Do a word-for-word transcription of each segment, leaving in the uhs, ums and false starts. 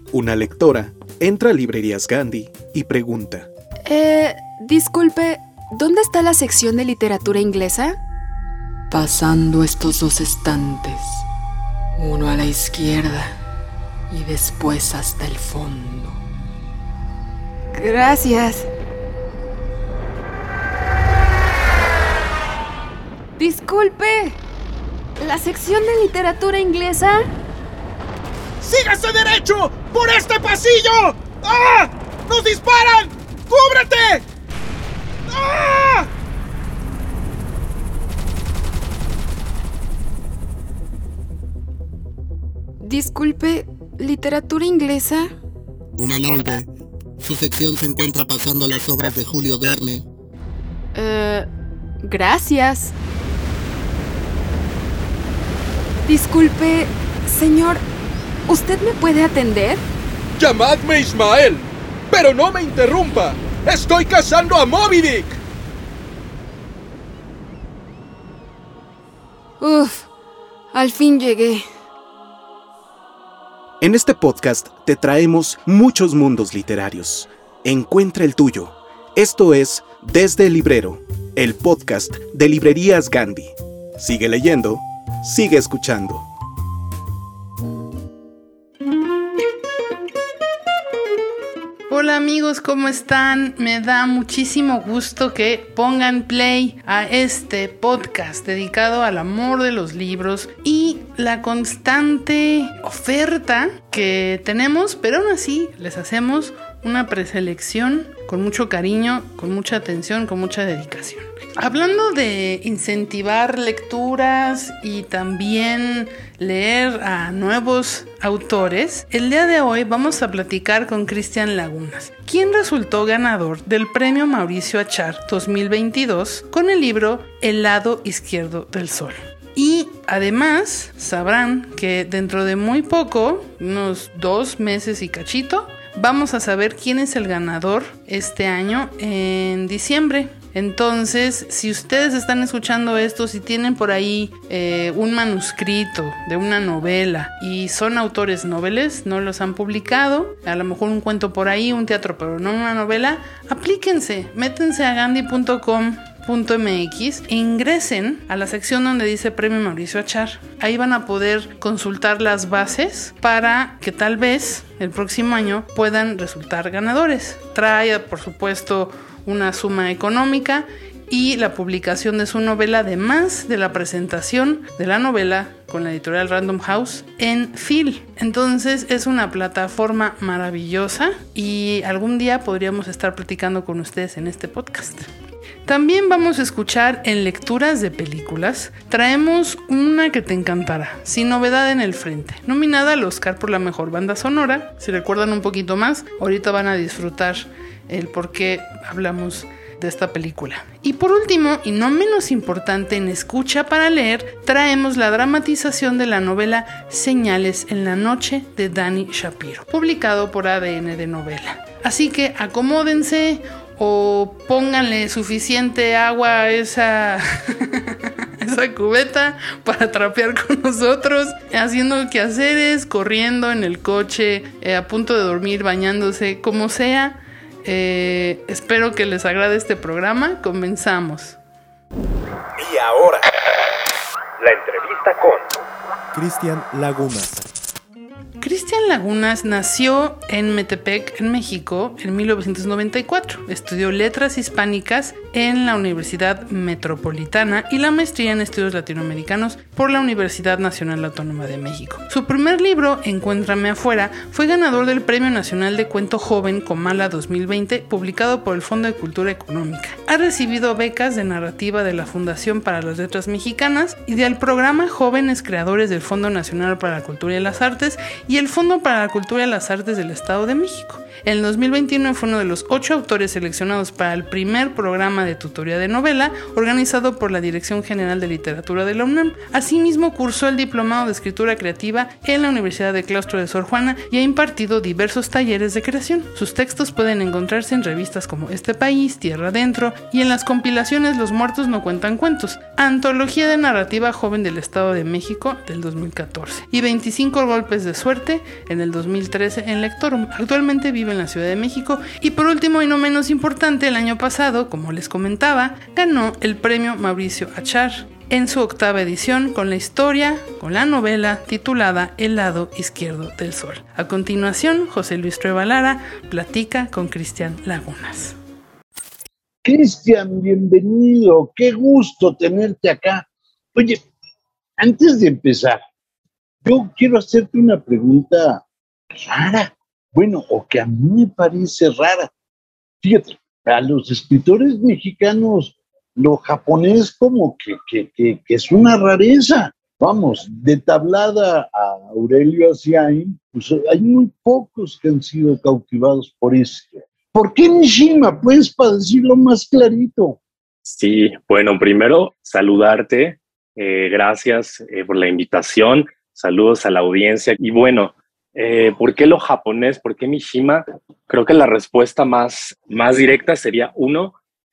Una lectora entra a Librerías Gandhi y pregunta: Eh, disculpe, ¿dónde está la sección de literatura inglesa? Pasando estos dos estantes, uno a la izquierda y después hasta el fondo. Gracias. Disculpe, ¿la sección de literatura inglesa? ¡Sígase derecho! ¡Por este pasillo! ¡Ah! ¡Nos disparan! ¡Cúbrete! ¡Ah! Disculpe, ¿literatura inglesa? Una Nolde. Su sección se encuentra pasando las obras de Julio Verne. Eh, gracias. Disculpe, señor, ¿usted me puede atender? ¡Llamadme Ismael! ¡Pero no me interrumpa! ¡Estoy cazando a Moby Dick! Uf, al fin llegué. En este podcast te traemos muchos mundos literarios. Encuentra el tuyo. Esto es Desde el Librero, el podcast de Librerías Gandhi. Sigue leyendo, sigue escuchando. Hola amigos, ¿cómo están? Me da muchísimo gusto que pongan play a este podcast dedicado al amor de los libros y la constante oferta que tenemos, pero aún así les hacemos una preselección con mucho cariño, con mucha atención, con mucha dedicación. Hablando de incentivar lecturas y también leer a nuevos autores, el día de hoy vamos a platicar con Cristian Lagunas, quien resultó ganador del Premio Mauricio Achar dos mil veintidós con el libro El lado izquierdo del sol. Y además sabrán que dentro de muy poco, unos dos meses y cachito, vamos a saber quién es el ganador este año en diciembre. Entonces, si ustedes están escuchando esto, si tienen por ahí eh, un manuscrito de una novela y son autores noveles, no los han publicado, a lo mejor un cuento por ahí, un teatro, pero no una novela, aplíquense, métense a gandhi punto com punto m x e ingresen a la sección donde dice Premio Mauricio Achar. Ahí van a poder consultar las bases para que tal vez el próximo año puedan resultar ganadores. Trae, por supuesto, una suma económica y la publicación de su novela, además de la presentación de la novela con la editorial Random House en Phil. Entonces es una plataforma maravillosa y algún día podríamos estar platicando con ustedes en este podcast. También vamos a escuchar en lecturas de películas. Traemos una que te encantará, Sin novedad en el frente, nominada al Oscar por la mejor banda sonora. Si recuerdan un poquito más, ahorita van a disfrutar el por qué hablamos de esta película. Y por último, y no menos importante, en Escucha para leer, traemos la dramatización de la novela Señales en la noche de Dani Shapiro, publicado por A D N de Novela. Así que acomódense o pónganle suficiente agua a esa, esa cubeta para trapear con nosotros, haciendo quehaceres, corriendo en el coche, eh, a punto de dormir, bañándose, como sea. Eh, espero que les agrade este programa. Comenzamos. Y ahora, la entrevista con Cristian Lagunas. Cristian Lagunas nació en Metepec, en México, en mil novecientos noventa y cuatro. Estudió Letras Hispánicas en la Universidad Metropolitana y la maestría en Estudios Latinoamericanos por la Universidad Nacional Autónoma de México. Su primer libro, Encuéntrame afuera, fue ganador del Premio Nacional de Cuento Joven Comala dos mil veinte, publicado por el Fondo de Cultura Económica. Ha recibido becas de narrativa de la Fundación para las Letras Mexicanas y del Programa Jóvenes Creadores del Fondo Nacional para la Cultura y las Artes y el Fondo para la Cultura y las Artes del Estado de México. En dos mil veintiuno fue uno de los ocho autores seleccionados para el primer programa de tutoría de novela organizado por la Dirección General de Literatura de la UNAM. Asimismo, cursó el Diplomado de Escritura Creativa en la Universidad de Claustro de Sor Juana y ha impartido diversos talleres de creación. Sus textos pueden encontrarse en revistas como Este País, Tierra Adentro y en las compilaciones Los Muertos No Cuentan Cuentos, Antología de Narrativa Joven del Estado de México del dos mil catorce y veinticinco Golpes de Suerte muerte en el dos mil trece en Lectorum. Actualmente vive en la Ciudad de México. Y por último y no menos importante, el año pasado, como les comentaba, ganó el premio Mauricio Achar en su octava edición con la historia, con la novela titulada El lado izquierdo del sol. A continuación, José Luis Trueba Lara platica con Cristian Lagunas. Cristian, bienvenido, qué gusto tenerte acá. Oye, antes de empezar, yo quiero hacerte una pregunta rara, bueno, o que a mí me parece rara. Fíjate, a los escritores mexicanos lo japonés como que, que, que, que es una rareza. Vamos, de Tablada a Aurelio Asiain, pues hay muy pocos que han sido cautivados por esto. ¿Por qué Mishima? Pues, para decirlo más clarito. Sí, bueno, primero saludarte, eh, gracias eh, por la invitación, saludos a la audiencia. Y bueno, eh, ¿por qué lo japonés? ¿Por qué Mishima? Creo que la respuesta más, más directa sería uno,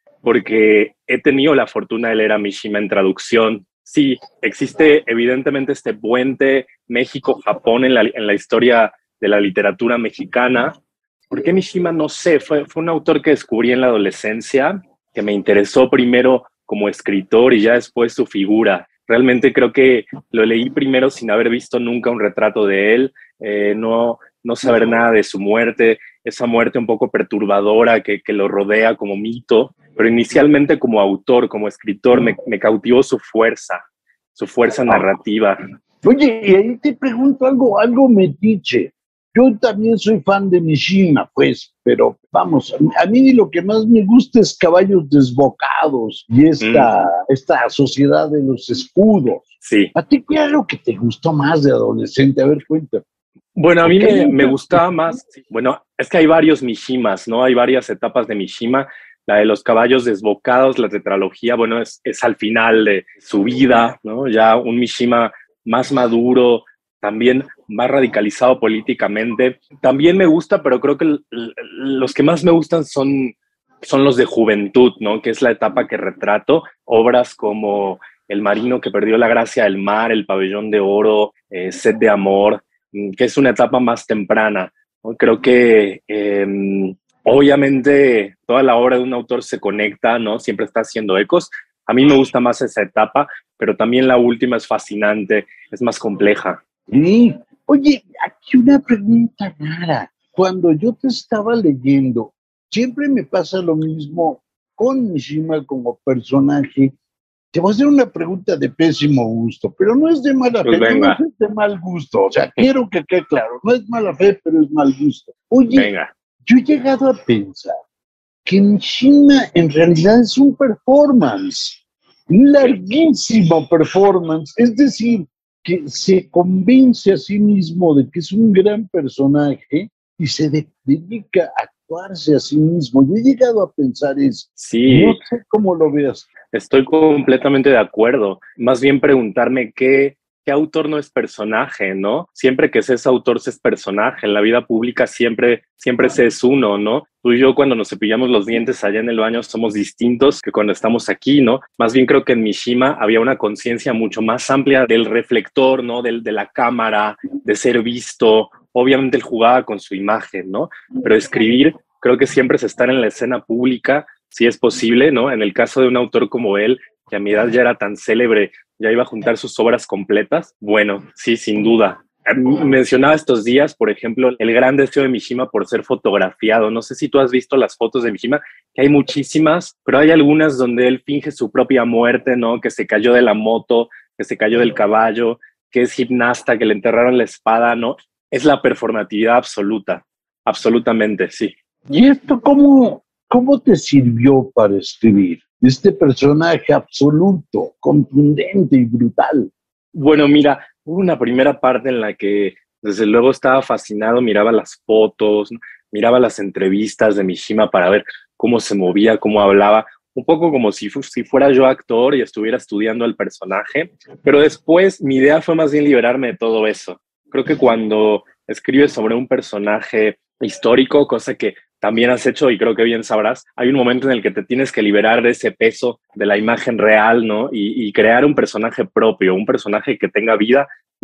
porque he tenido la fortuna de leer a Mishima en traducción. Sí, existe evidentemente este puente México-Japón en la, en la historia de la literatura mexicana. ¿Por qué Mishima? No sé, fue, fue un autor que descubrí en la adolescencia, que me interesó primero como escritor y ya después su figura. Realmente creo que lo leí primero sin haber visto nunca un retrato de él, eh, no, no saber nada de su muerte, esa muerte un poco perturbadora que, que lo rodea como mito, pero inicialmente como autor, como escritor, me, me cautivó su fuerza, su fuerza narrativa. Oye, y ahí te pregunto algo, algo metiche. Yo también soy fan de Mishima, pues, pero vamos, a mí lo que más me gusta es Caballos Desbocados y esta, mm. esta sociedad de los escudos. Sí. ¿A ti qué es lo que te gustó más de adolescente? A ver, cuéntame. Bueno, a mí me, me gustaba más, bueno, es que hay varios Mishimas, ¿no? Hay varias etapas de Mishima. La de los Caballos Desbocados, la tetralogía, bueno, es, es al final de su vida, ¿no? Ya un Mishima más maduro, también más radicalizado políticamente. También me gusta, pero creo que l- l- los que más me gustan son, son los de juventud, ¿no? Que es la etapa que retrato. Obras como El marino que perdió la gracia del mar, El pabellón de oro, eh, Sed de amor, que es una etapa más temprana, ¿no? Creo que eh, obviamente toda la obra de un autor se conecta, ¿no? Siempre está haciendo ecos. A mí me gusta más esa etapa, pero también la última es fascinante, es más compleja. Sí. Oye, aquí una pregunta rara. Cuando yo te estaba leyendo, siempre me pasa lo mismo con Mishima como personaje. Te voy a hacer una pregunta de pésimo gusto, pero no es de mala pues fe, venga. no es de mal gusto. O sea, quiero que quede claro, no es mala fe, pero es mal gusto. Oye, venga. Yo he llegado a pensar que Mishima en realidad es un performance, un larguísimo performance. Es decir, que se convence a sí mismo de que es un gran personaje y se de- dedica a actuarse a sí mismo. Yo he llegado a pensar eso. Sí. No sé cómo lo veas. Estoy completamente de acuerdo. Más bien preguntarme qué, qué autor no es personaje, ¿no? Siempre que se es autor se es personaje. En la vida pública siempre, siempre se es uno, ¿no? Tú y yo cuando nos cepillamos los dientes allá en el baño somos distintos que cuando estamos aquí, ¿no? Más bien creo que en Mishima había una conciencia mucho más amplia del reflector, ¿no? Del, de la cámara, de ser visto. Obviamente él jugaba con su imagen, ¿no? Pero escribir creo que siempre es estar en la escena pública, si es posible, ¿no? En el caso de un autor como él, que a mi edad ya era tan célebre, ya iba a juntar sus obras completas, bueno, sí, sin duda. Mencionaba estos días, por ejemplo, el gran deseo de Mishima por ser fotografiado. No sé si tú has visto las fotos de Mishima, que hay muchísimas, pero hay algunas donde él finge su propia muerte, ¿no? Que se cayó de la moto, que se cayó del caballo, que es gimnasta, que le enterraron la espada, ¿no? Es la performatividad absoluta, absolutamente, sí. ¿Y esto cómo, cómo te sirvió para escribir? Este personaje absoluto, contundente y brutal. Bueno, mira, hubo una primera parte en la que desde luego estaba fascinado, miraba las fotos, miraba las entrevistas de Mishima para ver cómo se movía, cómo hablaba, un poco como si, fu- si fuera yo actor y estuviera estudiando al personaje, pero después mi idea fue más bien liberarme de todo eso. Creo que cuando escribes sobre un personaje histórico, cosa que también has hecho y creo que bien sabrás, hay un momento en el que te tienes que liberar de ese peso de la imagen real, ¿no? Y, y crear un personaje propio, un personaje que tenga vida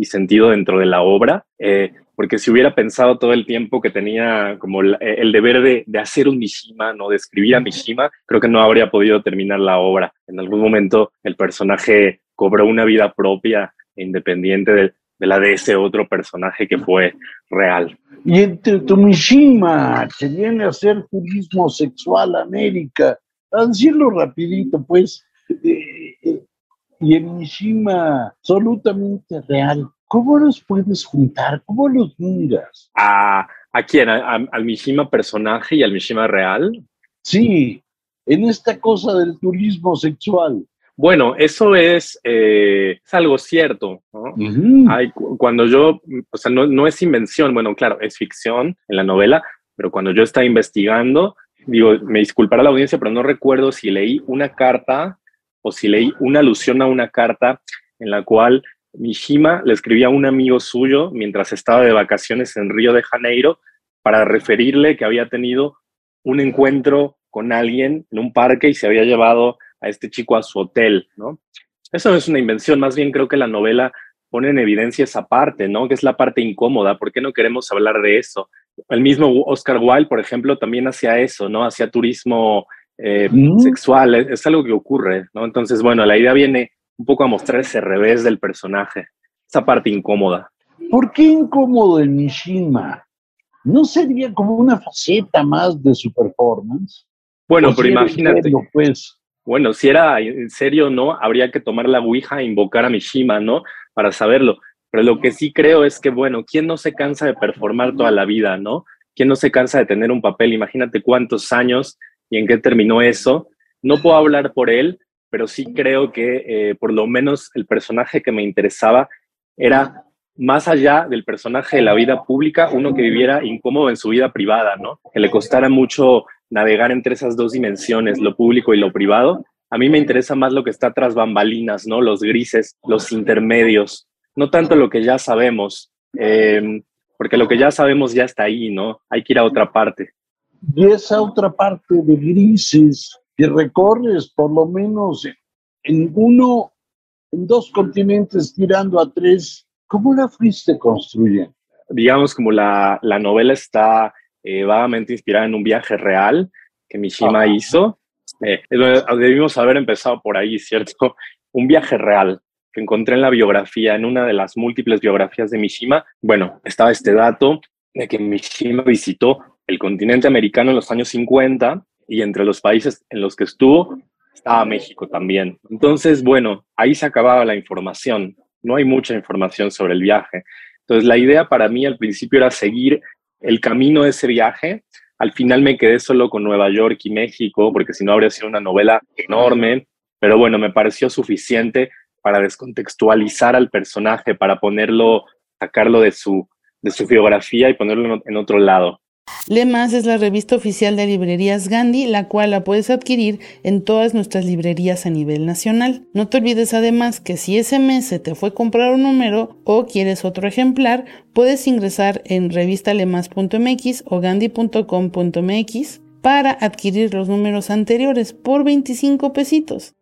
y sentido dentro de la obra, eh, porque si hubiera pensado todo el tiempo que tenía como el, el deber de, de hacer un Mishima, ¿no? De escribir a Mishima, creo que no habría podido terminar la obra. En algún momento el personaje cobró una vida propia e independiente de, de la de ese otro personaje que fue real. Y entre tu Mishima se viene a hacer turismo sexual a América, a decirlo rapidito, pues, eh, eh, y el Mishima absolutamente real. ¿Cómo los puedes juntar? ¿Cómo los miras? ¿A, a quién? ¿A, a, ¿Al Mishima personaje y al Mishima real? Sí, en esta cosa del turismo sexual. Bueno, eso es, eh, es algo cierto, ¿no? Uh-huh. Hay, cuando yo, o sea, no, no es invención, bueno, claro, es ficción en la novela, pero cuando yo estaba investigando, digo, me disculpará la audiencia, pero no recuerdo si leí una carta o si leí una alusión a una carta en la cual Mishima le escribía a un amigo suyo mientras estaba de vacaciones en Río de Janeiro para referirle que había tenido un encuentro con alguien en un parque y se había llevado a este chico a su hotel, ¿no? Eso no es una invención, más bien creo que la novela pone en evidencia esa parte, ¿no? Que es la parte incómoda. ¿Por qué no queremos hablar de eso? El mismo Oscar Wilde, por ejemplo, también hacía eso, ¿no? Hacía turismo eh, mm. sexual, es, es algo que ocurre, ¿no? Entonces, bueno, la idea viene un poco a mostrar ese revés del personaje, esa parte incómoda. ¿Por qué incómodo el Mishima? ¿No sería como una faceta más de su performance? Bueno, pero si imagínate, serio, pues. Bueno, si era en serio, ¿no? Habría que tomar la ouija e invocar a Mishima, ¿no? Para saberlo. Pero lo que sí creo es que, bueno, ¿quién no se cansa de performar toda la vida, ¿no? ¿Quién no se cansa de tener un papel? Imagínate cuántos años y en qué terminó eso. No puedo hablar por él, pero sí creo que eh, por lo menos el personaje que me interesaba era más allá del personaje de la vida pública, uno que viviera incómodo en su vida privada, ¿no? Que le costara mucho navegar entre esas dos dimensiones, lo público y lo privado. A mí me interesa más lo que está tras bambalinas, ¿no? Los grises, los intermedios, no tanto lo que ya sabemos, eh, porque lo que ya sabemos ya está ahí, ¿no? Hay que ir a otra parte. Y esa otra parte de grises que recorres por lo menos en uno, en dos continentes tirando a tres, ¿cómo la fuiste construyendo? Digamos como la, la novela está eh, vagamente inspirada en un viaje real que Mishima ah. hizo. Eh, debimos haber empezado por ahí, ¿cierto? Un viaje real que encontré en la biografía, en una de las múltiples biografías de Mishima. Bueno, estaba este dato de que Mishima visitó el continente americano en los años cincuenta y entre los países en los que estuvo estaba México también. Entonces, bueno, ahí se acababa la información. No hay mucha información sobre el viaje. Entonces, la idea para mí al principio era seguir el camino de ese viaje. Al final me quedé solo con Nueva York y México, porque si no habría sido una novela enorme. Pero bueno, me pareció suficiente para descontextualizar al personaje, para ponerlo, sacarlo de su, de su biografía y ponerlo en otro lado. Lee Más es la revista oficial de Librerías Gandhi, la cual la puedes adquirir en todas nuestras librerías a nivel nacional. No te olvides además que si ese mes se te fue comprar un número o quieres otro ejemplar, puedes ingresar en revista lemas punto m x o gandhi punto com punto m x para adquirir los números anteriores por veinticinco pesitos.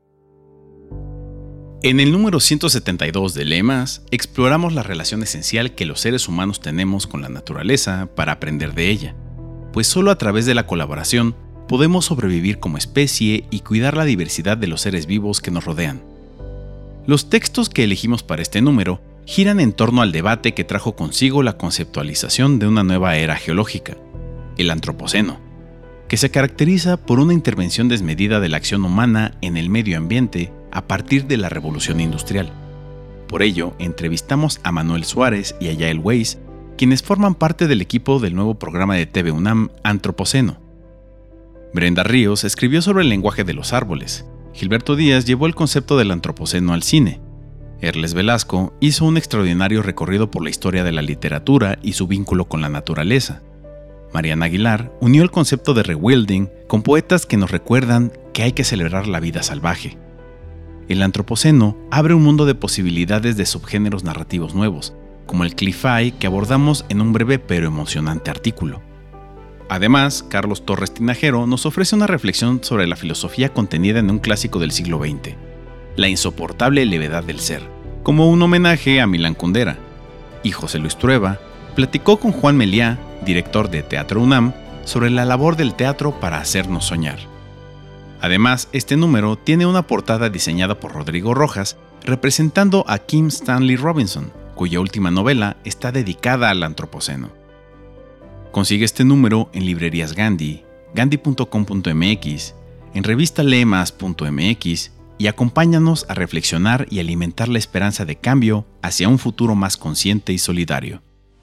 En el número ciento setenta y dos de Lee Más, exploramos la relación esencial que los seres humanos tenemos con la naturaleza para aprender de ella, pues solo a través de la colaboración podemos sobrevivir como especie y cuidar la diversidad de los seres vivos que nos rodean. Los textos que elegimos para este número giran en torno al debate que trajo consigo la conceptualización de una nueva era geológica, el Antropoceno, que se caracteriza por una intervención desmedida de la acción humana en el medio ambiente a partir de la Revolución Industrial. Por ello, entrevistamos a Manuel Suárez y a Yael Weiss, quienes forman parte del equipo del nuevo programa de T V UNAM Antropoceno. Brenda Ríos escribió sobre el lenguaje de los árboles. Gilberto Díaz llevó el concepto del Antropoceno al cine. Erles Velasco hizo un extraordinario recorrido por la historia de la literatura y su vínculo con la naturaleza. Mariana Aguilar unió el concepto de rewilding con poetas que nos recuerdan que hay que celebrar la vida salvaje. El Antropoceno abre un mundo de posibilidades de subgéneros narrativos nuevos, como el Cliff-Fi que abordamos en un breve pero emocionante artículo. Además, Carlos Torres Tinajero nos ofrece una reflexión sobre la filosofía contenida en un clásico del siglo veinte, La insoportable levedad del ser, como un homenaje a Milán Kundera, y José Luis Trueba platicó con Juan Meliá, director de Teatro UNAM, sobre la labor del teatro para hacernos soñar. Además, este número tiene una portada diseñada por Rodrigo Rojas, representando a Kim Stanley Robinson, cuya última novela está dedicada al antropoceno. Consigue este número en librerías Gandhi, gandhi punto com punto m x, en revista leemas punto m x y acompáñanos a reflexionar y alimentar la esperanza de cambio hacia un futuro más consciente y solidario.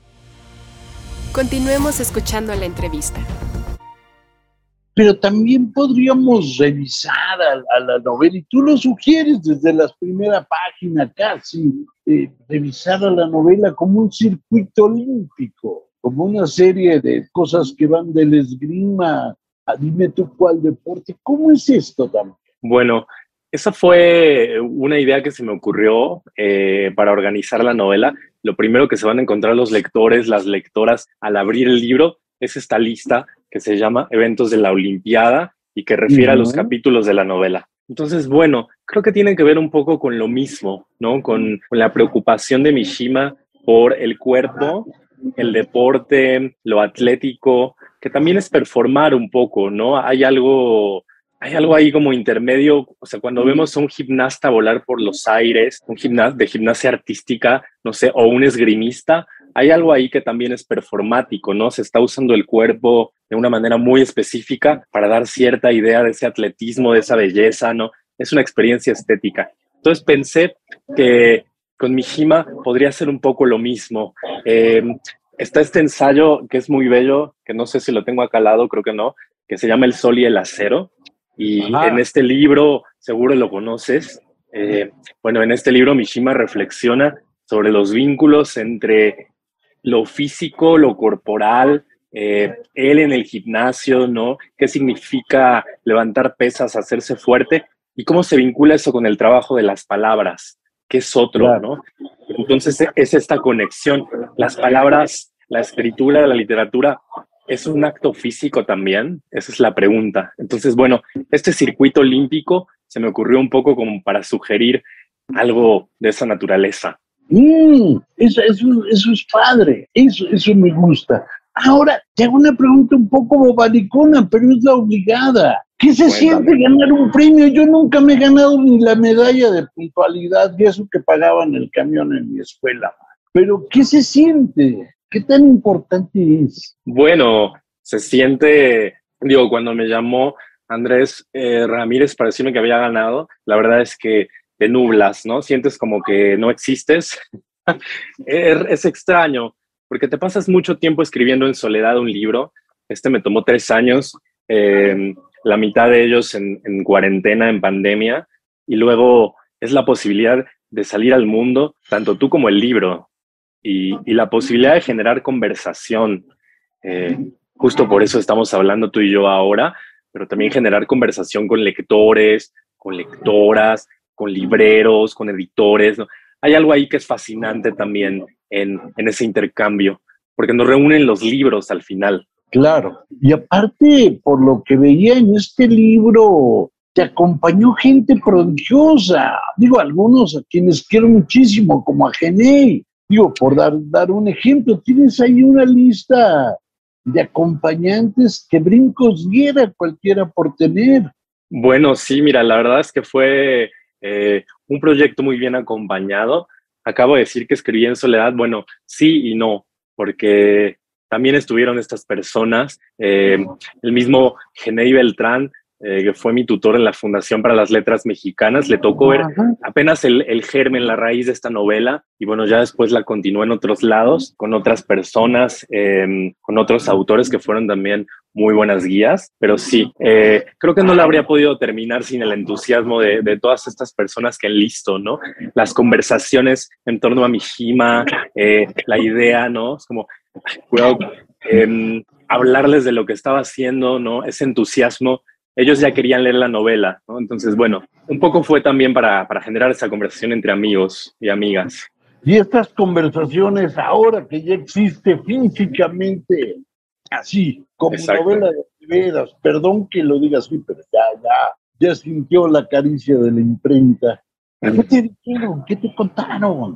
Continuemos escuchando la entrevista. Pero también podríamos revisar a, a la novela, y tú lo sugieres desde la primera página casi, eh, revisar a la novela como un circuito olímpico, como una serie de cosas que van del esgrima a dime tú cuál deporte. ¿Cómo es esto también? Bueno, esa fue una idea que se me ocurrió eh, para organizar la novela. Lo primero que se van a encontrar los lectores, las lectoras, al abrir el libro, es esta lista que se llama Eventos de la Olimpiada y que refiere uh-huh. a los capítulos de la novela. Entonces, bueno, creo que tiene que ver un poco con lo mismo, ¿no? Con, con la preocupación de Mishima por el cuerpo, el deporte, lo atlético, que también es performar un poco, ¿no? Hay algo, hay algo ahí como intermedio, o sea, cuando vemos a un gimnasta volar por los aires, un gimnasta de gimnasia artística, no sé, o un esgrimista, hay algo ahí que también es performático, ¿no? Se está usando el cuerpo de una manera muy específica para dar cierta idea de ese atletismo, de esa belleza, ¿no? Es una experiencia estética. Entonces pensé que con Mishima podría ser un poco lo mismo. Eh, está este ensayo que es muy bello, que no sé si lo tengo acá al lado, creo que no, que se llama El Sol y el Acero. Y Ajá. en este libro, seguro lo conoces, eh, bueno, en este libro Mishima reflexiona sobre los vínculos entre lo físico, lo corporal, eh, él en el gimnasio, ¿no? ¿Qué significa levantar pesas, hacerse fuerte? Y cómo se vincula eso con el trabajo de las palabras, que es otro, claro. ¿no? Entonces es esta conexión. Las palabras, la escritura, la literatura, ¿es un acto físico también? Esa es la pregunta. Entonces, bueno, este circuito olímpico se me ocurrió un poco como para sugerir algo de esa naturaleza. Mm, eso, eso, eso es padre, eso, eso me gusta. Ahora, te hago una pregunta un poco bobalicona, pero es la obligada. ¿Qué se Cuéntame. siente ganar un premio? Yo nunca me he ganado ni la medalla de puntualidad, y eso que pagaba en el camión en mi escuela. Pero, ¿qué se siente? ¿Qué tan importante es? Bueno, se siente, digo, cuando me llamó Andrés eh, Ramírez para decirme que había ganado, la verdad es que te nublas, ¿no? Sientes como que no existes. Es extraño, porque te pasas mucho tiempo escribiendo en soledad un libro. Este me tomó tres años, eh, la mitad de ellos en, en cuarentena, en pandemia, y luego es la posibilidad de salir al mundo, tanto tú como el libro, y, y la posibilidad de generar conversación. Eh, justo por eso estamos hablando tú y yo ahora, pero también generar conversación con lectores, con lectoras, con libreros, con editores, ¿no? Hay algo ahí que es fascinante también en, en ese intercambio, porque nos reúnen los libros al final. Claro, y aparte, por lo que veía en este libro, te acompañó gente prodigiosa, digo, algunos a quienes quiero muchísimo, como a Genei, digo, por dar, dar un ejemplo, tienes ahí una lista de acompañantes que brincos diera cualquiera por tener. Bueno, sí, mira, la verdad es que fue eh, un proyecto muy bien acompañado. Acabo de decir que escribí en soledad, bueno, sí y no, porque también estuvieron estas personas, eh, el mismo Genei Beltrán, eh, que fue mi tutor en la Fundación para las Letras Mexicanas, le tocó ver apenas el, el germen, la raíz de esta novela, y bueno, ya después la continuó en otros lados, con otras personas, eh, con otros autores que fueron también muy buenas guías, pero sí, eh, creo que no la habría podido terminar sin el entusiasmo de, de todas estas personas que enlisto, ¿no? Las conversaciones en torno a Mishima, eh, la idea, ¿no? Es como, cuidado, eh, hablarles de lo que estaba haciendo, ¿no? Ese entusiasmo. Ellos ya querían leer la novela, ¿no? Entonces, bueno, un poco fue también para, para generar esa conversación entre amigos y amigas. Y estas conversaciones, ahora que ya existe físicamente, así, como Exacto. novela de veras, perdón que lo diga así, pero ya, ya, ya sintió la caricia de la imprenta. ¿Qué te dijeron? ¿Qué te contaron?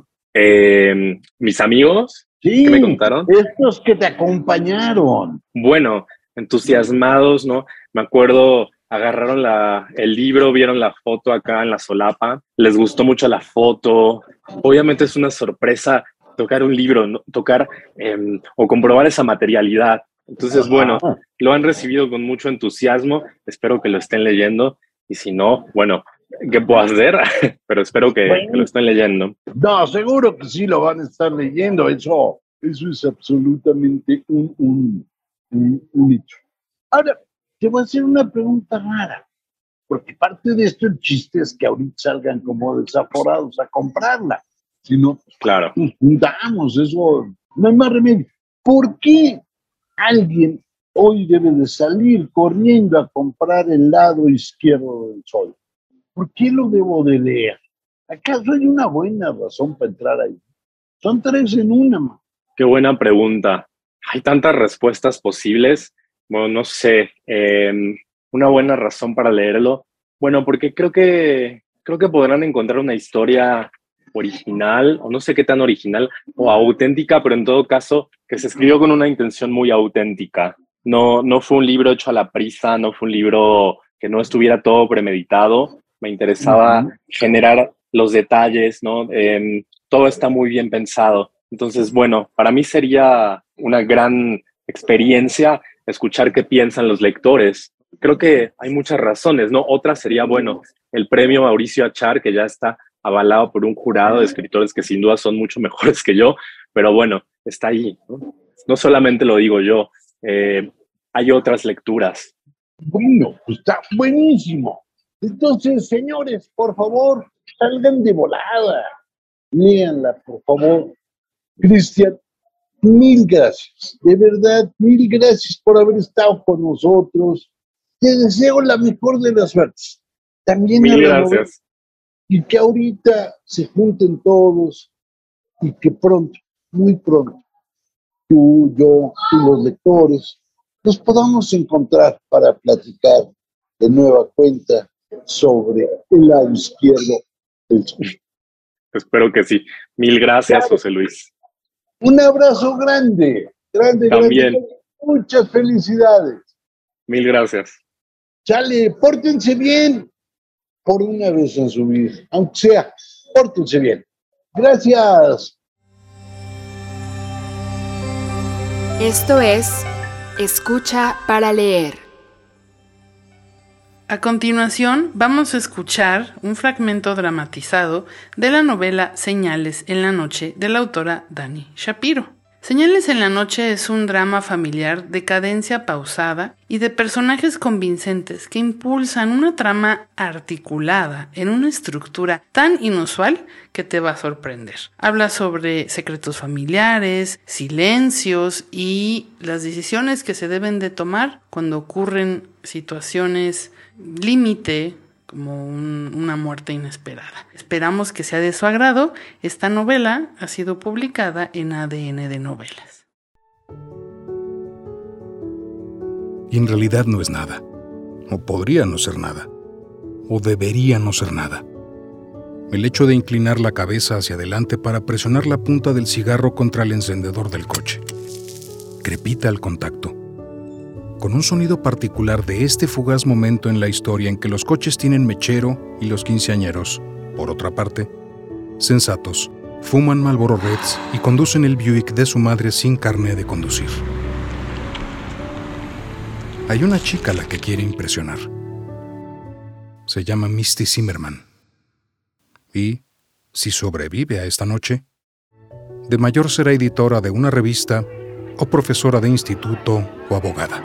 Eh, ¿Mis amigos? Sí, ¿Qué me contaron? Estos que te acompañaron. Bueno, entusiasmados, ¿no? Me acuerdo, agarraron la, el libro, vieron la foto acá en la solapa, les gustó mucho la foto. Obviamente es una sorpresa tocar un libro, ¿no? Tocar eh, o comprobar esa materialidad. Entonces, bueno, lo han recibido con mucho entusiasmo, espero que lo estén leyendo y si no, bueno, ¿qué puedo hacer? Pero espero que, bueno, que lo estén leyendo. No, seguro que sí lo van a estar leyendo, eso, eso es absolutamente un, un, un, un hecho. Ahora, te voy a hacer una pregunta rara, porque parte de esto el chiste es que ahorita salgan como desaforados a comprarla. Si no, claro, nos juntamos, eso no hay más remedio. ¿Por qué alguien hoy debe de salir corriendo a comprar el lado izquierdo del sol? ¿Por qué lo debo de leer? ¿Acaso hay una buena razón para entrar ahí? Son tres en una, man. Qué buena pregunta. Hay tantas respuestas posibles. Bueno, no sé, eh, una buena razón para leerlo. Bueno, porque creo que, creo que podrán encontrar una historia original, o no sé qué tan original, o auténtica, pero en todo caso, que se escribió con una intención muy auténtica. No, no fue un libro hecho a la prisa, no fue un libro que no estuviera todo premeditado. Me interesaba uh-huh. generar los detalles, ¿no? Eh, todo está muy bien pensado. Entonces, bueno, para mí sería una gran experiencia escuchar qué piensan los lectores. Creo que hay muchas razones, ¿no? Otra sería, bueno, el premio Mauricio Achar, que ya está avalado por un jurado de escritores que sin duda son mucho mejores que yo, pero bueno, está ahí, ¿no? No solamente lo digo yo, eh, hay otras lecturas. Bueno, está buenísimo. Entonces, señores, por favor, salgan de volada. Léanla, por favor. Cristian, mil gracias. De verdad, mil gracias por haber estado con nosotros. Te deseo la mejor de las suertes. También mil gracias. Y que ahorita se junten todos y que pronto, muy pronto, tú, yo y los lectores nos podamos encontrar para platicar de nueva cuenta sobre el lado izquierdo del sol. Espero que sí. Mil gracias, claro. José Luis. Un abrazo grande, grande, También. grande. Muchas felicidades. Mil gracias. Chale, pórtense bien por una vez en su vida. Aunque sea, pórtense bien. Gracias. Esto es Escucha para leer. A continuación, vamos a escuchar un fragmento dramatizado de la novela Señales en la noche de la autora Dani Shapiro. Señales en la noche es un drama familiar de cadencia pausada y de personajes convincentes que impulsan una trama articulada en una estructura tan inusual que te va a sorprender. Habla sobre secretos familiares, silencios y las decisiones que se deben de tomar cuando ocurren situaciones límite, como un, una muerte inesperada. Esperamos que sea de su agrado. Esta novela ha sido publicada en A D N de Novelas. Y en realidad no es nada, o podría no ser nada, o debería no ser nada. El hecho de inclinar la cabeza hacia adelante para presionar la punta del cigarro contra el encendedor del coche. Crepita al contacto, con un sonido particular de este fugaz momento en la historia en que los coches tienen mechero y los quinceañeros, por otra parte, sensatos, fuman Marlboro Reds y conducen el Buick de su madre sin carné de conducir. Hay una chica a la que quiere impresionar. Se llama Misty Zimmerman. Y, si sobrevive a esta noche, de mayor será editora de una revista o profesora de instituto o abogada.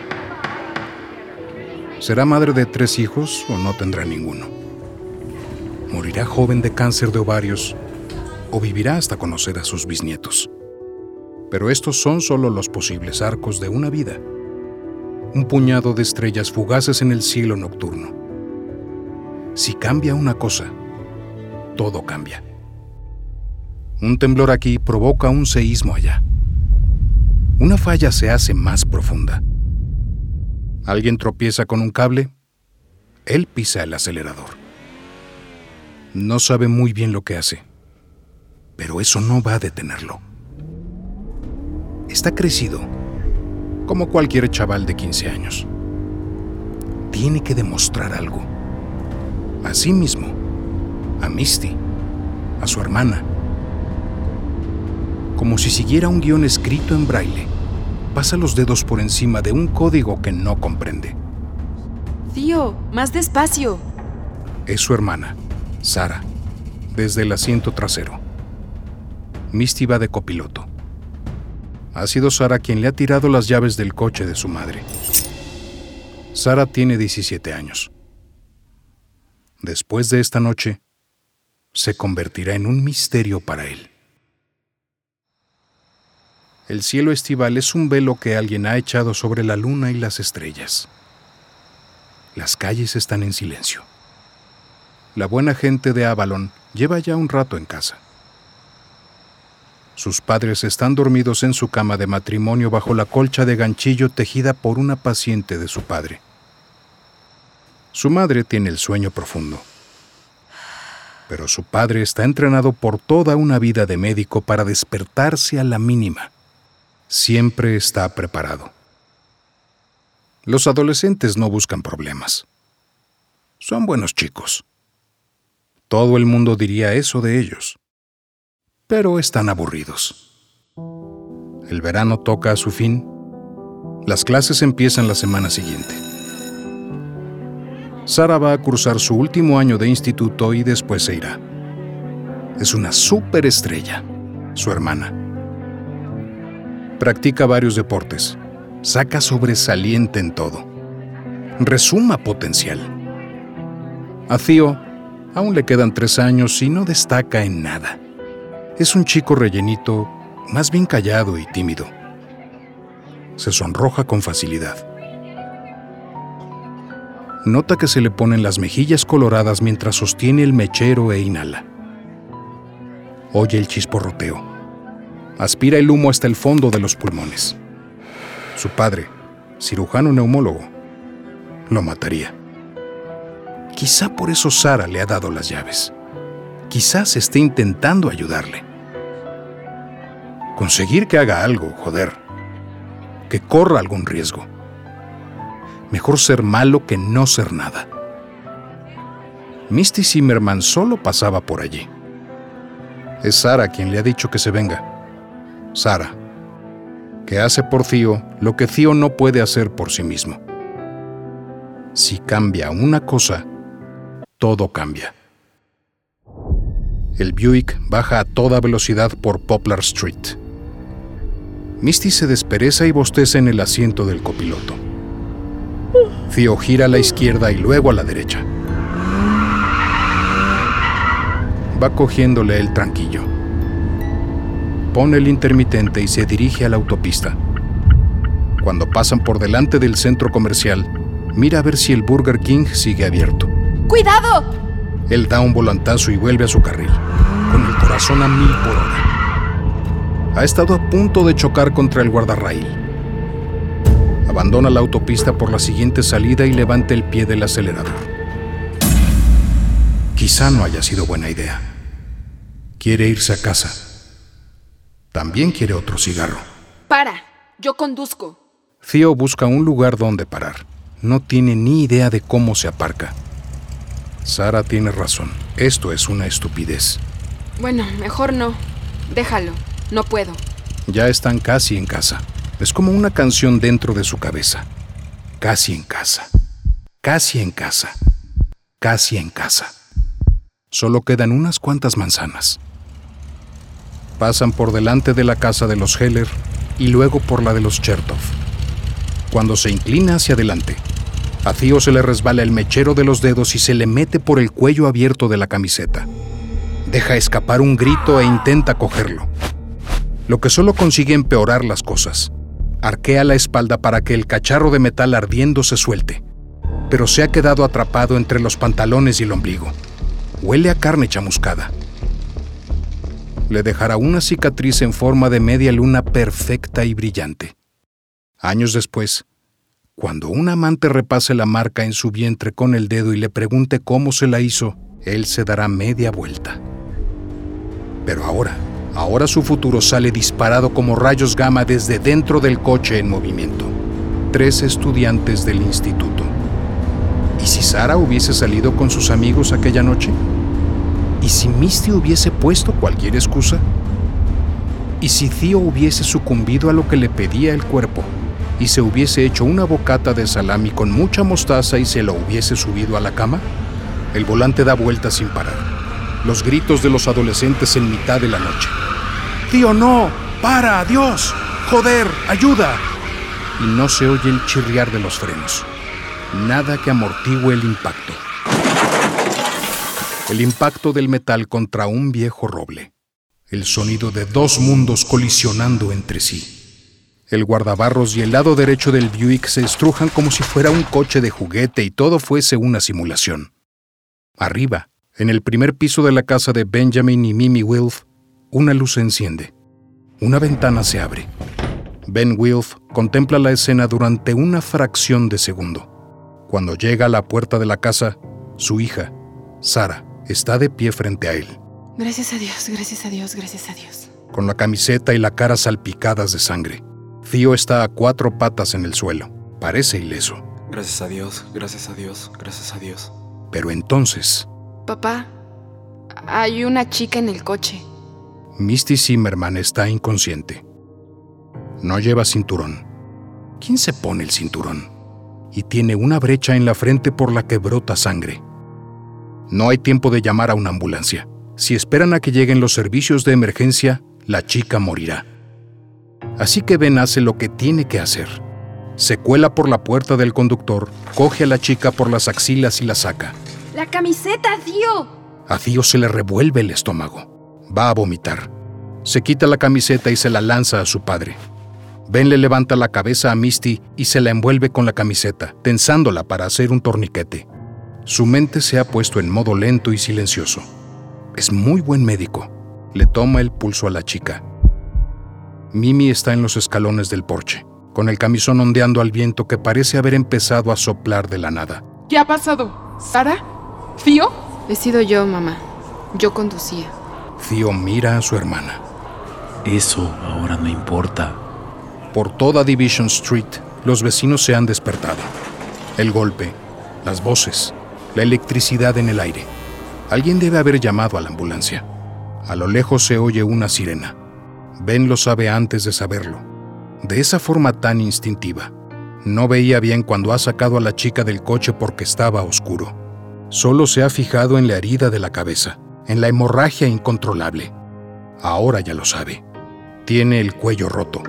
Será madre de tres hijos o no tendrá ninguno. Morirá joven de cáncer de ovarios o vivirá hasta conocer a sus bisnietos. Pero estos son solo los posibles arcos de una vida. Un puñado de estrellas fugaces en el cielo nocturno. Si cambia una cosa, todo cambia. Un temblor aquí provoca un seísmo allá. Una falla se hace más profunda. Alguien tropieza con un cable, él pisa el acelerador. No sabe muy bien lo que hace, pero eso no va a detenerlo. Está crecido, como cualquier chaval de quince años. Tiene que demostrar algo. A sí mismo, a Misty, a su hermana. Como si siguiera un guión escrito en braille, pasa los dedos por encima de un código que no comprende. Tío, más despacio. Es su hermana, Sara, desde el asiento trasero. Misty va de copiloto. Ha sido Sara quien le ha tirado las llaves del coche de su madre. Sara tiene diecisiete años. Después de esta noche, se convertirá en un misterio para él. El cielo estival es un velo que alguien ha echado sobre la luna y las estrellas. Las calles están en silencio. La buena gente de Avalon lleva ya un rato en casa. Sus padres están dormidos en su cama de matrimonio bajo la colcha de ganchillo tejida por una paciente de su padre. Su madre tiene el sueño profundo. Pero su padre está entrenado por toda una vida de médico para despertarse a la mínima. Siempre está preparado. Los adolescentes no buscan problemas. Son buenos chicos. Todo el mundo diría eso de ellos. Pero están aburridos. El verano toca a su fin. Las clases empiezan la semana siguiente. Sara va a cursar su último año de instituto y después se irá. Es una superestrella, su hermana. Practica varios deportes. Saca sobresaliente en todo. Resuma potencial. A Theo aún le quedan tres años y no destaca en nada. Es un chico rellenito, más bien callado y tímido. Se sonroja con facilidad. Nota que se le ponen las mejillas coloradas mientras sostiene el mechero e inhala. Oye el chisporroteo. Aspira el humo hasta el fondo de los pulmones. Su padre, cirujano neumólogo, lo mataría. Quizá por eso Sara le ha dado las llaves. Quizás esté intentando ayudarle. Conseguir que haga algo, joder. Que corra algún riesgo. Mejor ser malo que no ser nada. Misty Zimmerman solo pasaba por allí. Es Sara quien le ha dicho que se venga. Sara, que hace por Theo lo que Theo no puede hacer por sí mismo. Si cambia una cosa, todo cambia. El Buick baja a toda velocidad por Poplar Street. Misty se despereza y bosteza en el asiento del copiloto. Theo gira a la izquierda y luego a la derecha. Va cogiéndole el tranquillo. Pone el intermitente y se dirige a la autopista. Cuando pasan por delante del centro comercial, mira a ver si el Burger King sigue abierto. ¡Cuidado! Él da un volantazo y vuelve a su carril, con el corazón a mil por hora. Ha estado a punto de chocar contra el guardarraíl. Abandona la autopista por la siguiente salida y levanta el pie del acelerador. Quizá no haya sido buena idea. Quiere irse a casa. También quiere otro cigarro. Para, yo conduzco. Theo busca un lugar donde parar. No tiene ni idea de cómo se aparca. Sara tiene razón. Esto es una estupidez. Bueno, mejor no. Déjalo. No puedo. Ya están casi en casa. Es como una canción dentro de su cabeza. Casi en casa. Casi en casa. Casi en casa. Solo quedan unas cuantas manzanas. Pasan por delante de la casa de los Heller y luego por la de los Chertoff. Cuando se inclina hacia adelante, a Theo se le resbala el mechero de los dedos y se le mete por el cuello abierto de la camiseta. Deja escapar un grito e intenta cogerlo, lo que solo consigue empeorar las cosas. Arquea la espalda para que el cacharro de metal ardiendo se suelte, pero se ha quedado atrapado entre los pantalones y el ombligo. Huele a carne chamuscada. Le dejará una cicatriz en forma de media luna perfecta y brillante. Años después, cuando un amante repase la marca en su vientre con el dedo y le pregunte cómo se la hizo, él se dará media vuelta. Pero ahora, ahora su futuro sale disparado como rayos gamma desde dentro del coche en movimiento. Tres estudiantes del instituto. ¿Y si Sarah hubiese salido con sus amigos aquella noche? ¿Y si Misty hubiese puesto cualquier excusa? ¿Y si Theo hubiese sucumbido a lo que le pedía el cuerpo y se hubiese hecho una bocata de salami con mucha mostaza y se lo hubiese subido a la cama? El volante da vueltas sin parar. Los gritos de los adolescentes en mitad de la noche. ¡Tío, no! ¡Para! ¡Dios! ¡Joder! ¡Ayuda! Y no se oye el chirriar de los frenos. Nada que amortigüe el impacto. El impacto del metal contra un viejo roble. El sonido de dos mundos colisionando entre sí. El guardabarros y el lado derecho del Buick se estrujan como si fuera un coche de juguete y todo fuese una simulación. Arriba, en el primer piso de la casa de Benjamin y Mimi Wilf, una luz se enciende. Una ventana se abre. Ben Wilf contempla la escena durante una fracción de segundo. Cuando llega a la puerta de la casa, su hija, Sarah, está de pie frente a él. Gracias a Dios, gracias a Dios, gracias a Dios. Con la camiseta y la cara salpicadas de sangre. Theo está a cuatro patas en el suelo. Parece ileso. Gracias a Dios, gracias a Dios, gracias a Dios. Pero entonces... Papá, hay una chica en el coche. Misty Zimmerman está inconsciente. No lleva cinturón. ¿Quién se pone el cinturón? Y tiene una brecha en la frente por la que brota sangre. No hay tiempo de llamar a una ambulancia. Si esperan a que lleguen los servicios de emergencia, la chica morirá. Así que Ben hace lo que tiene que hacer. Se cuela por la puerta del conductor, coge a la chica por las axilas y la saca. ¡La camiseta, Theo! A Theo se le revuelve el estómago. Va a vomitar. Se quita la camiseta y se la lanza a su padre. Ben le levanta la cabeza a Misty y se la envuelve con la camiseta, tensándola para hacer un torniquete. Su mente se ha puesto en modo lento y silencioso. Es muy buen médico. Le toma el pulso a la chica. Mimi está en los escalones del porche, con el camisón ondeando al viento que parece haber empezado a soplar de la nada. ¿Qué ha pasado? ¿Sara? ¿Theo? He sido yo, mamá. Yo conducía. Theo mira a su hermana. Eso ahora no importa. Por toda Division Street, los vecinos se han despertado. El golpe, las voces, la electricidad en el aire. Alguien debe haber llamado a la ambulancia. A lo lejos se oye una sirena. Ben lo sabe antes de saberlo. De esa forma tan instintiva. No veía bien cuando ha sacado a la chica del coche porque estaba oscuro. Solo se ha fijado en la herida de la cabeza, en la hemorragia incontrolable. Ahora ya lo sabe. Tiene el cuello roto.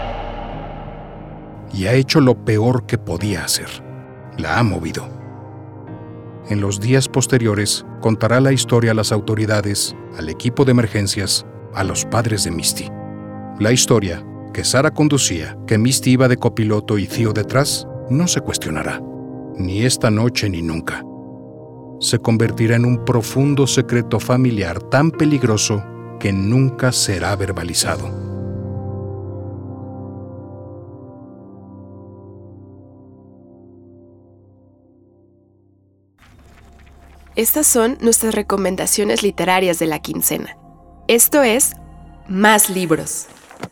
Y ha hecho lo peor que podía hacer. La ha movido. En los días posteriores, contará la historia a las autoridades, al equipo de emergencias, a los padres de Misty. La historia, que Sarah conducía, que Misty iba de copiloto y Theo detrás, no se cuestionará. Ni esta noche ni nunca. Se convertirá en un profundo secreto familiar tan peligroso que nunca será verbalizado. Estas son nuestras recomendaciones literarias de la quincena. Esto es Más Libros.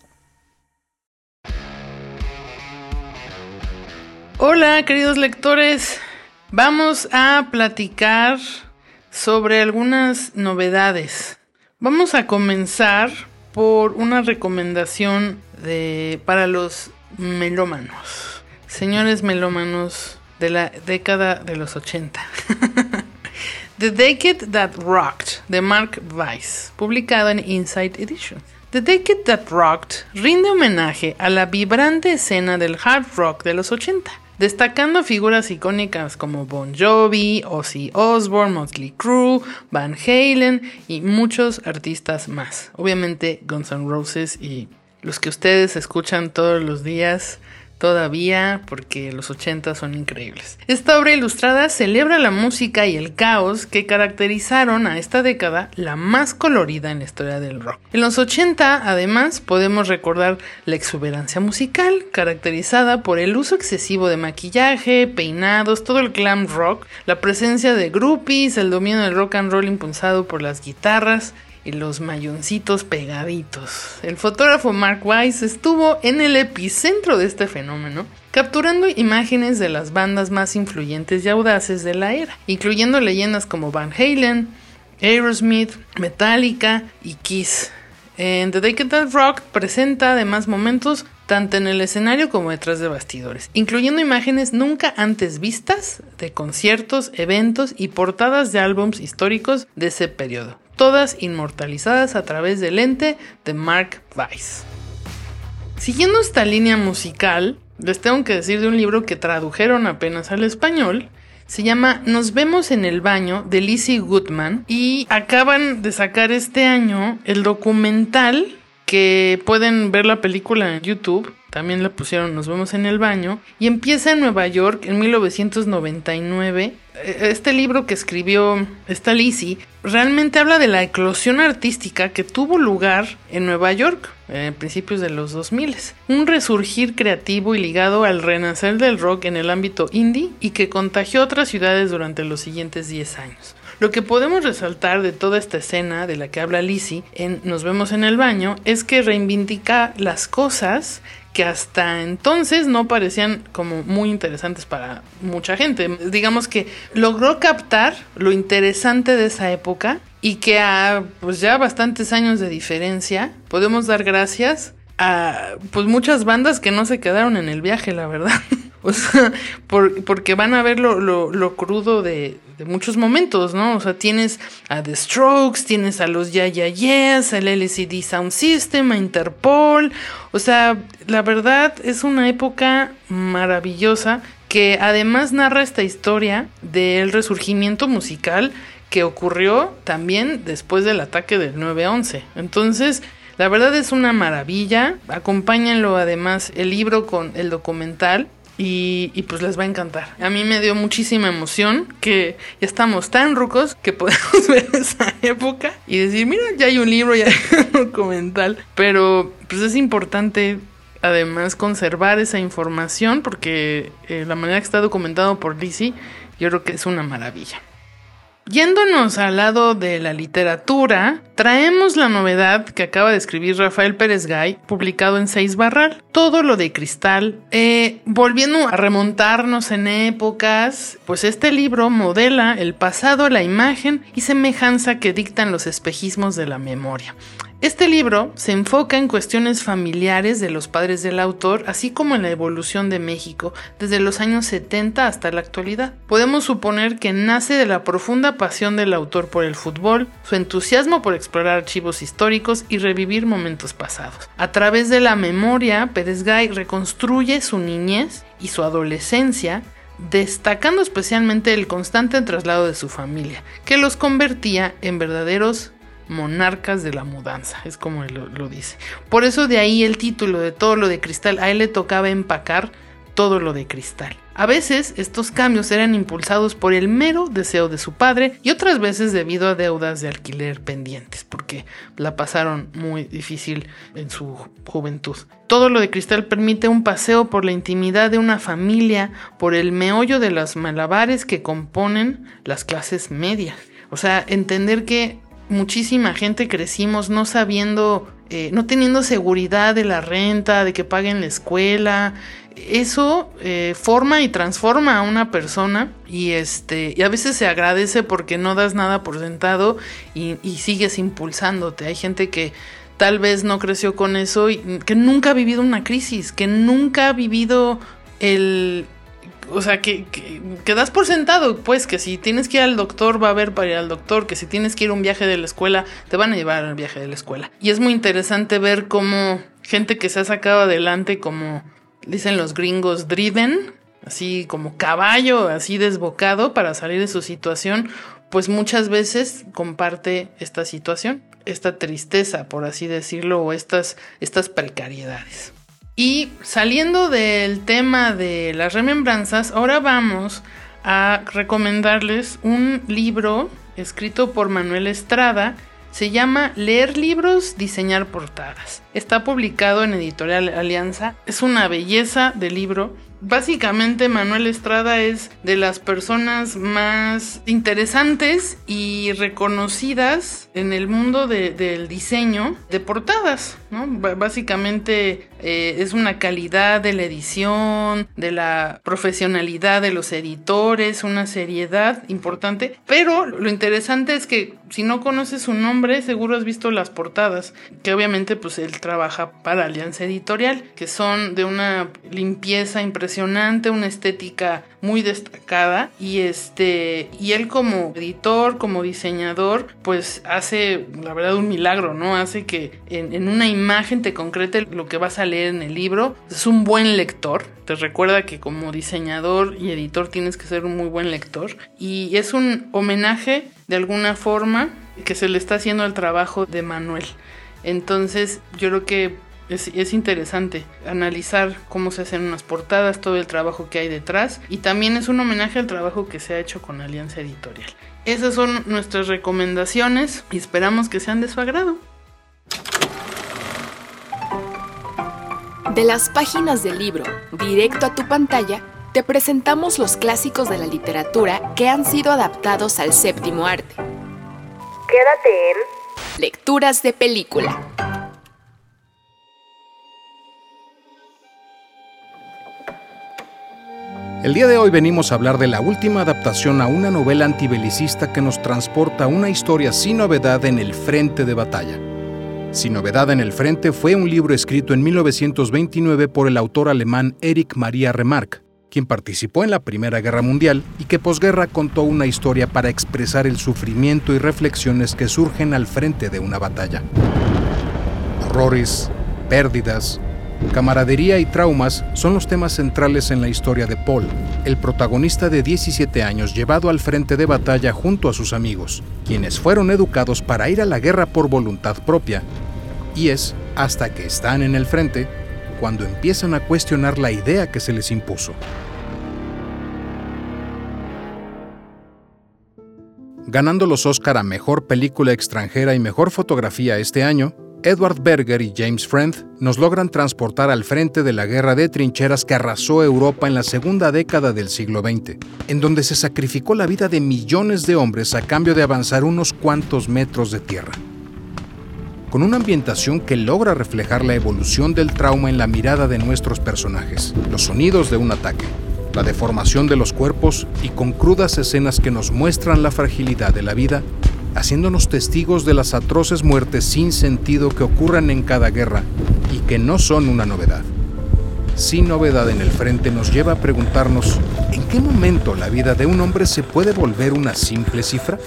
Hola, queridos lectores. Vamos a platicar sobre algunas novedades. Vamos a comenzar por una recomendación de, para los melómanos. Señores melómanos de la década de los ochenta. The Decade That Rocked, de Mark Weiss, publicado en Inside Edition. The Decade That Rocked rinde homenaje a la vibrante escena del hard rock de los ochenta, destacando figuras icónicas como Bon Jovi, Ozzy Osbourne, Motley Crue, Van Halen y muchos artistas más. Obviamente Guns N' Roses y los que ustedes escuchan todos los días, todavía, porque los ochenta son increíbles. Esta obra ilustrada celebra la música y el caos que caracterizaron a esta década, la más colorida en la historia del rock. En los ochenta, además, podemos recordar la exuberancia musical, caracterizada por el uso excesivo de maquillaje, peinados, todo el glam rock, la presencia de groupies, el dominio del rock and roll impulsado por las guitarras y los mayoncitos pegaditos. El fotógrafo Mark Weiss estuvo en el epicentro de este fenómeno, capturando imágenes de las bandas más influyentes y audaces de la era, incluyendo leyendas como Van Halen, Aerosmith, Metallica y Kiss. En The Decadent Rock presenta además momentos tanto en el escenario como detrás de bastidores, incluyendo imágenes nunca antes vistas de conciertos, eventos y portadas de álbums históricos de ese periodo, todas inmortalizadas a través del lente de Mark Weiss. Siguiendo esta línea musical, les tengo que decir de un libro que tradujeron apenas al español. Se llama Nos vemos en el baño, de Lizzie Goodman, y acaban de sacar este año el documental, que pueden ver la película en YouTube. También la pusieron Nos vemos en el baño, y empieza en Nueva York en mil novecientos noventa y nueve. Este libro que escribió esta Lizzie realmente habla de la eclosión artística que tuvo lugar en Nueva York en principios de los dos mil. Un resurgir creativo y ligado al renacer del rock en el ámbito indie y que contagió otras ciudades durante los siguientes diez años. Lo que podemos resaltar de toda esta escena de la que habla Lizzie en Nos vemos en el baño es que reivindica las cosas que hasta entonces no parecían como muy interesantes para mucha gente. Digamos que logró captar lo interesante de esa época y que a pues ya bastantes años de diferencia podemos dar gracias a pues muchas bandas que no se quedaron en el viaje, la verdad. O sea, por, porque van a ver lo, lo, lo crudo de, de muchos momentos, ¿no? O sea, tienes a The Strokes, tienes a los Yeah Yeah Yeahs, al L C D Sound System, a Interpol. O sea, la verdad es una época maravillosa que además narra esta historia del resurgimiento musical que ocurrió también después del ataque del nueve once. Entonces, la verdad es una maravilla. Acompáñenlo además el libro con el documental. Y, y pues les va a encantar. A mí me dio muchísima emoción que ya estamos tan rucos que podemos ver esa época y decir, mira, ya hay un libro, ya hay un documental. Pero pues es importante además conservar esa información porque eh, la manera que está documentado por Lizzie, yo creo que es una maravilla. Yéndonos al lado de la literatura, traemos la novedad que acaba de escribir Rafael Pérez Gay, publicado en Seis Barral, Todo lo de Cristal. Eh, volviendo a remontarnos en épocas, pues este libro modela el pasado, la imagen y semejanza que dictan los espejismos de la memoria. Este libro se enfoca en cuestiones familiares de los padres del autor, así como en la evolución de México desde los años setenta hasta la actualidad. Podemos suponer que nace de la profunda pasión del autor por el fútbol, su entusiasmo por explorar archivos históricos y revivir momentos pasados. A través de la memoria, Pérez Gay reconstruye su niñez y su adolescencia, destacando especialmente el constante traslado de su familia, que los convertía en verdaderos monarcas de la mudanza, es como lo, lo dice. Por eso de ahí el título de Todo lo de Cristal. A él le tocaba empacar todo lo de cristal. A veces estos cambios eran impulsados por el mero deseo de su padre y otras veces debido a deudas de alquiler pendientes, porque la pasaron muy difícil en su juventud. Todo lo de Cristal permite un paseo por la intimidad de una familia, por el meollo de los malabares que componen las clases medias. O sea, entender que muchísima gente crecimos no sabiendo, eh, no teniendo seguridad de la renta, de que paguen la escuela. Eso eh, forma y transforma a una persona y este y a veces se agradece porque no das nada por sentado y, y sigues impulsándote. Hay gente que tal vez no creció con eso y que nunca ha vivido una crisis, que nunca ha vivido el... O sea, que, que, que das por sentado, pues, que si tienes que ir al doctor va a haber para ir al doctor, que si tienes que ir a un viaje de la escuela, te van a llevar al viaje de la escuela. Y es muy interesante ver cómo gente que se ha sacado adelante, como dicen los gringos, driven, así como caballo, así desbocado para salir de su situación, pues muchas veces comparte esta situación, esta tristeza, por así decirlo, o estas, estas precariedades. Y saliendo del tema de las remembranzas, ahora vamos a recomendarles un libro escrito por Manuel Estrada. Se llama Leer libros, diseñar portadas. Está publicado en Editorial Alianza. Es una belleza de libro. Básicamente Manuel Estrada es de las personas más interesantes y reconocidas en el mundo de, del diseño de portadas, ¿no? B- básicamente eh, es una calidad de la edición, de la profesionalidad de los editores, una seriedad importante, pero lo interesante es que si no conoces su nombre, seguro has visto las portadas, que obviamente pues él trabaja para Alianza Editorial, que son de una limpieza impresionante, una estética muy destacada, y este y él como editor, como diseñador, pues hace la verdad un milagro, ¿no? Hace que en, en una imagen te concrete lo que vas a leer en el libro. Es un buen lector, te recuerda que como diseñador y editor tienes que ser un muy buen lector, y es un homenaje de alguna forma que se le está haciendo al trabajo de Manuel. Entonces yo creo que Es, es interesante analizar cómo se hacen unas portadas, todo el trabajo que hay detrás, y también es un homenaje al trabajo que se ha hecho con Alianza Editorial. Esas son nuestras recomendaciones y esperamos que sean de su agrado. De las páginas del libro, directo a tu pantalla, te presentamos los clásicos de la literatura que han sido adaptados al séptimo arte. Quédate en Lecturas de Película. El día de hoy venimos a hablar de la última adaptación a una novela antibelicista que nos transporta a una historia sin novedad en el frente de batalla. Sin novedad en el frente fue un libro escrito en mil novecientos veintinueve por el autor alemán Erich Maria Remarque, quien participó en la Primera Guerra Mundial y que posguerra contó una historia para expresar el sufrimiento y reflexiones que surgen al frente de una batalla. Horrores, pérdidas, camaradería y traumas son los temas centrales en la historia de Paul, el protagonista de diecisiete años llevado al frente de batalla junto a sus amigos, quienes fueron educados para ir a la guerra por voluntad propia, y es hasta que están en el frente cuando empiezan a cuestionar la idea que se les impuso. Ganando los Oscar a Mejor Película Extranjera y Mejor Fotografía este año, Edward Berger y James Friend nos logran transportar al frente de la guerra de trincheras que arrasó Europa en la segunda década del siglo veinte, en donde se sacrificó la vida de millones de hombres a cambio de avanzar unos cuantos metros de tierra. Con una ambientación que logra reflejar la evolución del trauma en la mirada de nuestros personajes, los sonidos de un ataque, la deformación de los cuerpos y con crudas escenas que nos muestran la fragilidad de la vida, haciéndonos testigos de las atroces muertes sin sentido que ocurren en cada guerra y que no son una novedad. Sin novedad en el frente nos lleva a preguntarnos ¿en qué momento la vida de un hombre se puede volver una simple cifra?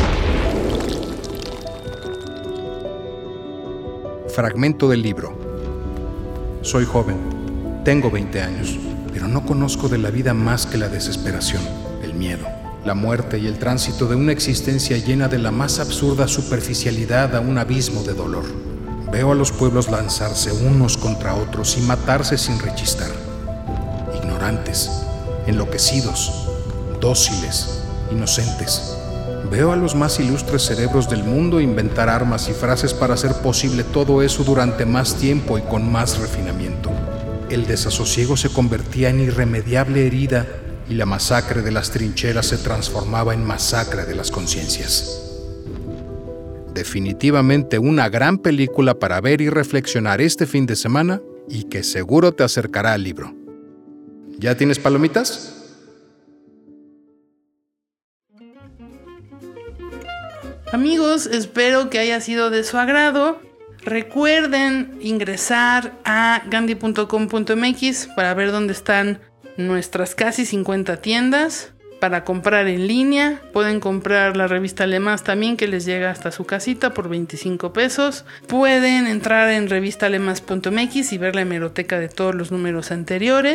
Fragmento del libro. Soy joven, tengo veinte años, pero no conozco de la vida más que la desesperación, el miedo, la muerte y el tránsito de una existencia llena de la más absurda superficialidad a un abismo de dolor. Veo a los pueblos lanzarse unos contra otros y matarse sin rechistar. Ignorantes, enloquecidos, dóciles, inocentes. Veo a los más ilustres cerebros del mundo inventar armas y frases para hacer posible todo eso durante más tiempo y con más refinamiento. El desasosiego se convertía en irremediable herida y la masacre de las trincheras se transformaba en masacre de las conciencias. Definitivamente una gran película para ver y reflexionar este fin de semana y que seguro te acercará al libro. ¿Ya tienes palomitas? Amigos, espero que haya sido de su agrado. Recuerden ingresar a gandhi punto com punto m x para ver dónde están nuestras casi cincuenta tiendas para comprar en línea. Pueden comprar la revista Lemás también, que les llega hasta su casita por veinticinco pesos. Pueden entrar en revista lemás punto m x y ver la hemeroteca de todos los números anteriores.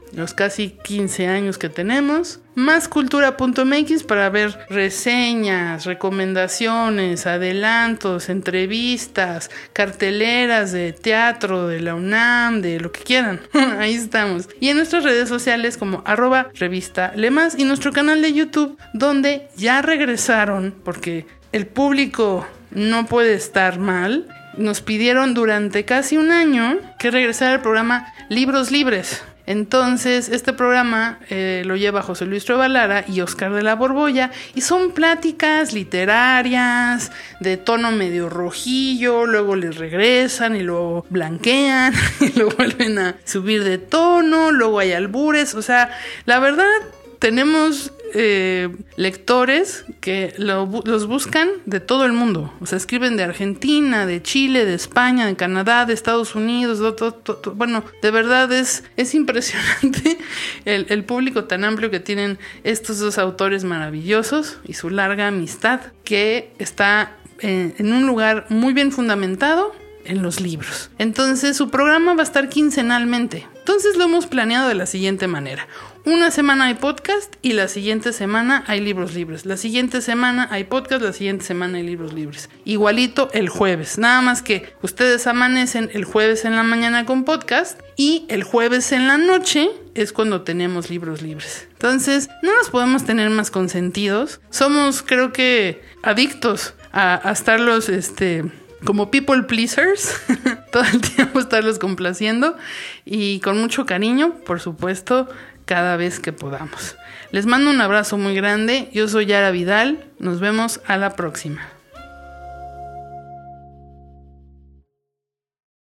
los casi quince años que tenemos. Máscultura punto m x para ver reseñas, recomendaciones, adelantos, entrevistas, carteleras de teatro, de la UNAM, de lo que quieran. Ahí estamos. Y en nuestras redes sociales como arroba revista Lemas y nuestro canal de YouTube, donde ya regresaron, porque el público no puede estar mal. Nos pidieron durante casi un año que regresara el programa Libros Libres. Entonces, este programa eh, lo lleva José Luis Trueba y Oscar de la Borbolla, y son pláticas literarias de tono medio rojillo, luego les regresan y lo blanquean y lo vuelven a subir de tono, luego hay albures. O sea, la verdad, tenemos eh, lectores que lo, los buscan de todo el mundo. O sea, escriben de Argentina, de Chile, de España, de Canadá, de Estados Unidos. Do, do, do, do. Bueno, de verdad es, es impresionante el, el público tan amplio que tienen estos dos autores maravillosos y su larga amistad, que está en, en un lugar muy bien fundamentado en los libros. Entonces, su programa va a estar quincenalmente. Entonces, lo hemos planeado de la siguiente manera. Una semana hay podcast y la siguiente semana hay libros libres. La siguiente semana hay podcast, la siguiente semana hay libros libres. Igualito el jueves. Nada más que ustedes amanecen el jueves en la mañana con podcast y el jueves en la noche es cuando tenemos libros libres. Entonces, no nos podemos tener más consentidos. Somos, creo que, adictos a, a estarlos, este... como people pleasers, todo el tiempo estarlos complaciendo y con mucho cariño, por supuesto, cada vez que podamos. Les mando un abrazo muy grande, yo soy Yara Vidal, nos vemos a la próxima.